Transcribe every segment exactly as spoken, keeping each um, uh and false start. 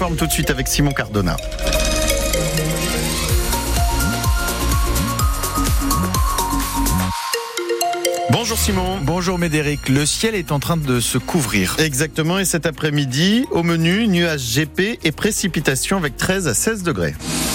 s'informe tout de suite avec Simon Cardona. Bonjour Simon. Bonjour Médéric, le ciel est en train de se couvrir. Exactement, et cet après-midi, au menu, nuages G P et précipitations avec treize à seize degrés.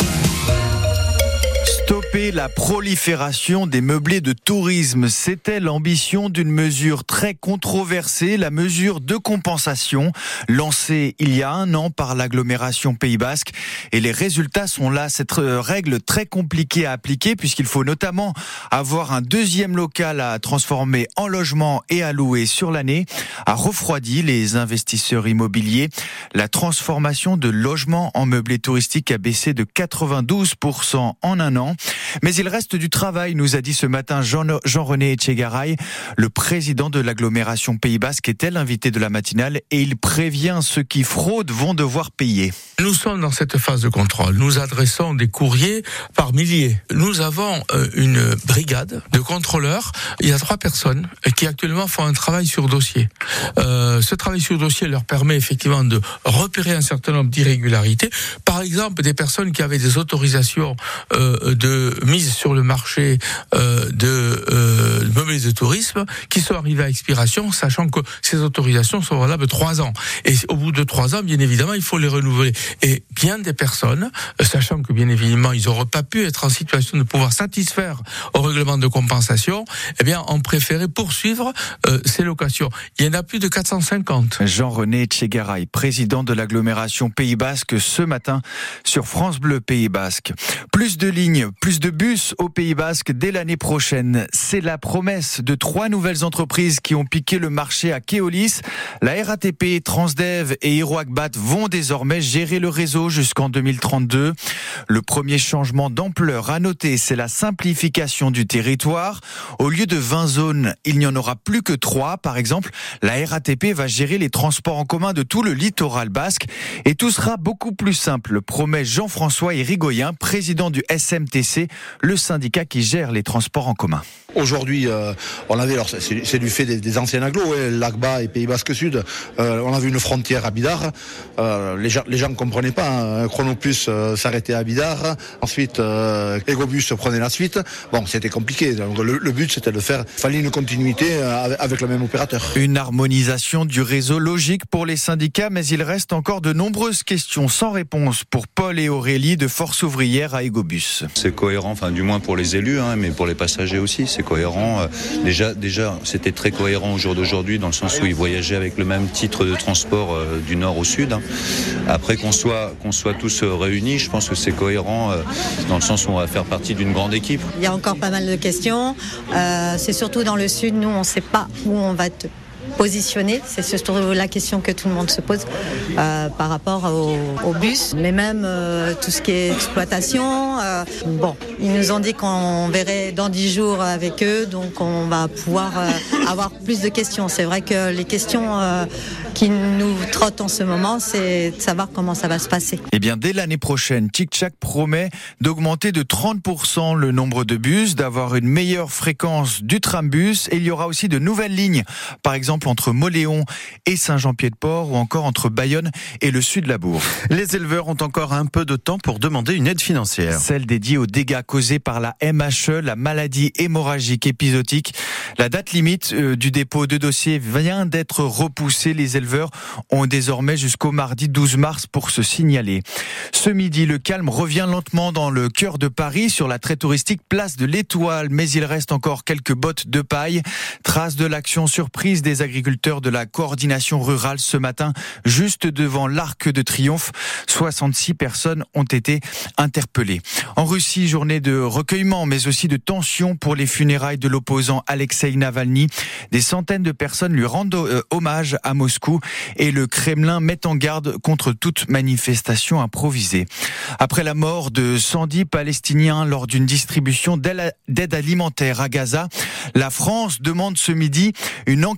Stopper la prolifération des meublés de tourisme, c'était l'ambition d'une mesure très controversée, la mesure de compensation lancée il y a un an par l'agglomération Pays Basque. Et les résultats sont là. Cette règle très compliquée à appliquer puisqu'il faut notamment avoir un deuxième local à transformer en logement et à louer sur l'année, a refroidi les investisseurs immobiliers. La transformation de logements en meublés touristiques a baissé de quatre-vingt-douze pour cent en un an. Mais il reste du travail, nous a dit ce matin Jean, Jean-René Etchegaray. Le président de l'agglomération Pays Basque était l'invité de la matinale et il prévient ceux qui fraudent vont devoir payer. Nous sommes dans cette phase de contrôle. Nous adressons des courriers par milliers. Nous avons une brigade de contrôleurs. Il y a trois personnes qui actuellement font un travail sur dossier. Euh, ce travail sur dossier leur permet effectivement de repérer un certain nombre d'irrégularités. Par exemple, des personnes qui avaient des autorisations euh, de mise sur le marché euh, de euh, meublés de tourisme qui sont arrivées à expiration, sachant que ces autorisations sont valables trois ans. Et au bout de trois ans, bien évidemment, il faut les renouveler. Et bien des personnes, sachant que bien évidemment, ils n'auraient pas pu être en situation de pouvoir satisfaire au règlement de compensation, eh bien, ont préféré poursuivre euh, ces locations. Il y en a plus de quatre cent cinquante. Jean-René Etchegaray, président de l'agglomération Pays Basque, ce matin sur France Bleu Pays Basque. Plus de lignes, plus de bus au Pays Basque dès l'année prochaine. C'est la promesse de trois nouvelles entreprises qui ont piqué le marché à Keolis. La R A T P, Transdev et Héroacbat vont désormais gérer le réseau jusqu'en deux mille trente-deux. Le premier changement d'ampleur à noter, c'est la simplification du territoire. Au lieu de vingt zones, il n'y en aura plus que trois. Par exemple, la R A T P va gérer les transports en commun de tout le littoral basque. Et tout sera beaucoup plus simple, promet Jean-François Irigoyen, président du S M T C, le syndicat qui gère les transports en commun. Aujourd'hui, euh, on avait, alors c'est, c'est du fait des, des anciens agglos, hein, Lagba et Pays Basque Sud, euh, on avait une frontière à Bidart. Euh, les gens, les gens ne comprenaient pas. Hein. Chronoplus euh, s'arrêtait à Bidart, ensuite euh, Egobus prenait la suite. Bon, c'était compliqué. Donc, le, le but, c'était de faire. Il fallait une continuité euh, avec le même opérateur. Une harmonisation du réseau logique pour les syndicats, mais il reste encore de nombreuses questions sans réponse pour Paul et Aurélie de Force Ouvrière à Egobus. C'est cohérent, enfin du moins pour les élus, hein, mais pour les passagers aussi, c'est cohérent. Déjà, déjà, c'était très cohérent au jour d'aujourd'hui dans le sens où ils voyageaient avec le même titre de transport euh, du nord au sud. Hein. Après qu'on soit qu'on soit tous réunis, je pense que c'est cohérent euh, dans le sens où on va faire partie d'une grande équipe. Il y a encore pas mal de questions. Euh, c'est surtout dans le sud, nous, on ne sait pas où on va te positionner, c'est surtout la question que tout le monde se pose euh, par rapport au, au bus, mais même euh, tout ce qui est exploitation. Euh, bon, ils nous ont dit qu'on verrait dans dix jours avec eux, donc on va pouvoir euh, avoir plus de questions. C'est vrai que les questions euh, qui nous trottent en ce moment, c'est de savoir comment ça va se passer. Eh bien, dès l'année prochaine, TicTac promet d'augmenter de trente pour cent le nombre de bus, d'avoir une meilleure fréquence du trambus, et il y aura aussi de nouvelles lignes, par exemple entre Moléon et Saint-Jean-Pied-de-Port ou encore entre Bayonne et le sud de la Bourg. Les éleveurs ont encore un peu de temps pour demander une aide financière. Celle dédiée aux dégâts causés par la M H E, la maladie hémorragique épisodique. La date limite euh, du dépôt de dossier vient d'être repoussée. Les éleveurs ont désormais jusqu'au mardi douze mars pour se signaler. Ce midi, le calme revient lentement dans le cœur de Paris sur la très touristique place de l'Étoile, mais il reste encore quelques bottes de paille. Trace de l'action surprise des agriculteurs de la coordination rurale ce matin, juste devant l'Arc de Triomphe. soixante-six personnes ont été interpellées. En Russie, journée de recueillement, mais aussi de tension pour les funérailles de l'opposant Alexei Navalny. Des centaines de personnes lui rendent euh, hommage à Moscou et le Kremlin met en garde contre toute manifestation improvisée. Après la mort de cent dix Palestiniens lors d'une distribution d'aide alimentaire à Gaza, la France demande ce midi une enquête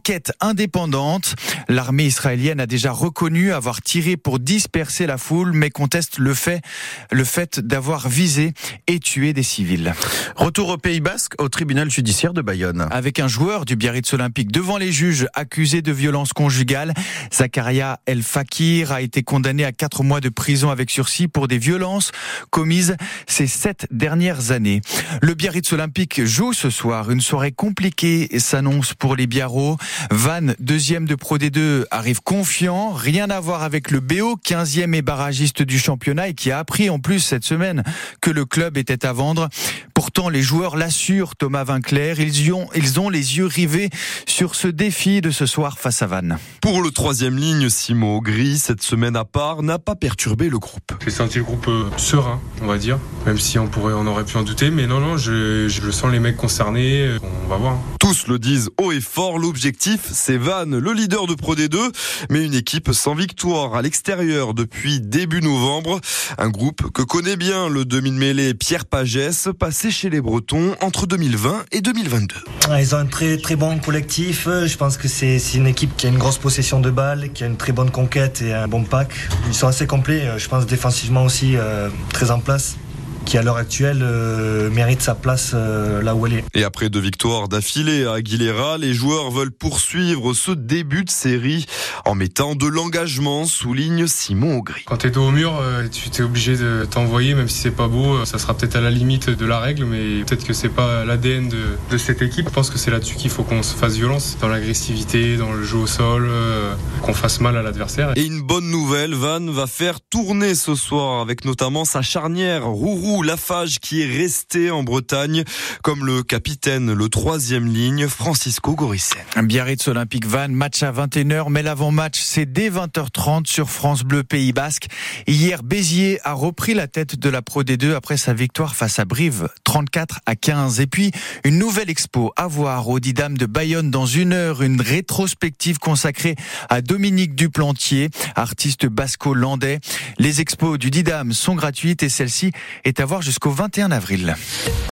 indépendante. L'armée israélienne a déjà reconnu avoir tiré pour disperser la foule, mais conteste le fait, le fait d'avoir visé et tué des civils. Retour au Pays Basque, au tribunal judiciaire de Bayonne. Avec un joueur du Biarritz Olympique devant les juges accusé de violence conjugale, Zakaria El Fakir a été condamné à quatre mois de prison avec sursis pour des violences commises ces sept dernières années. Le Biarritz Olympique joue ce soir. Une soirée compliquée s'annonce pour les Biarros. Vannes, deuxième de Pro D deux, arrive confiant. Rien à voir avec le B O, quinzième et barragiste du championnat et qui a appris en plus cette semaine que le club était à vendre. Pourtant, les joueurs l'assurent, Thomas Vinclair. Ils, y ont, ils ont les yeux rivés sur ce défi de ce soir face à Vannes. Pour le troisième ligne, Simon Augry, cette semaine à part, n'a pas perturbé le groupe. J'ai senti le groupe euh, serein, on va dire. Même si on pourrait, on aurait pu en douter. Mais non, non, je, je sens les mecs concernés. On va voir. Tous le disent haut et fort. L'objectif, c'est Vannes, le leader de Pro D deux. Mais une équipe sans victoire à l'extérieur depuis début novembre. Un groupe que connaît bien le demi-de-mêlée Pierre Pagès, passé chez les Bretons entre deux mille vingt et deux mille vingt-deux. Ils ont un très très bon collectif. Je pense que c'est, c'est une équipe qui a une grosse possession de balles, qui a une très bonne conquête et un bon pack. Ils sont assez complets. Je pense défensivement aussi euh, très en place, qui à l'heure actuelle euh, mérite sa place euh, là où elle est. Et après deux victoires d'affilée à Aguilera, les joueurs veulent poursuivre ce début de série en mettant de l'engagement, souligne Simon Augry. Quand t'es dos au mur, euh, tu t'es obligé de t'envoyer, même si c'est pas beau. Ça sera peut-être à la limite de la règle, mais peut-être que c'est pas l'A D N de, de cette équipe. Je pense que c'est là-dessus qu'il faut qu'on se fasse violence, dans l'agressivité, dans le jeu au sol, euh, qu'on fasse mal à l'adversaire. Et une bonne nouvelle, Vannes va faire tourner ce soir avec notamment sa charnière Rourou Lafage qui est resté en Bretagne, comme le capitaine, le troisième ligne, Francisco Goricen. Biarritz Olympique Vannes, match à vingt et une heures, mais l'avant-match c'est dès vingt heures trente sur France Bleu Pays Basque. Hier, Béziers a repris la tête de la Pro D deux après sa victoire face à Brive, trente-quatre à quinze. Et puis, une nouvelle expo à voir au Didam de Bayonne dans une heure, une rétrospective consacrée à Dominique Duplantier, artiste basco-landais. Les expos du Didam sont gratuites et celle-ci est à voir jusqu'au vingt et un avril.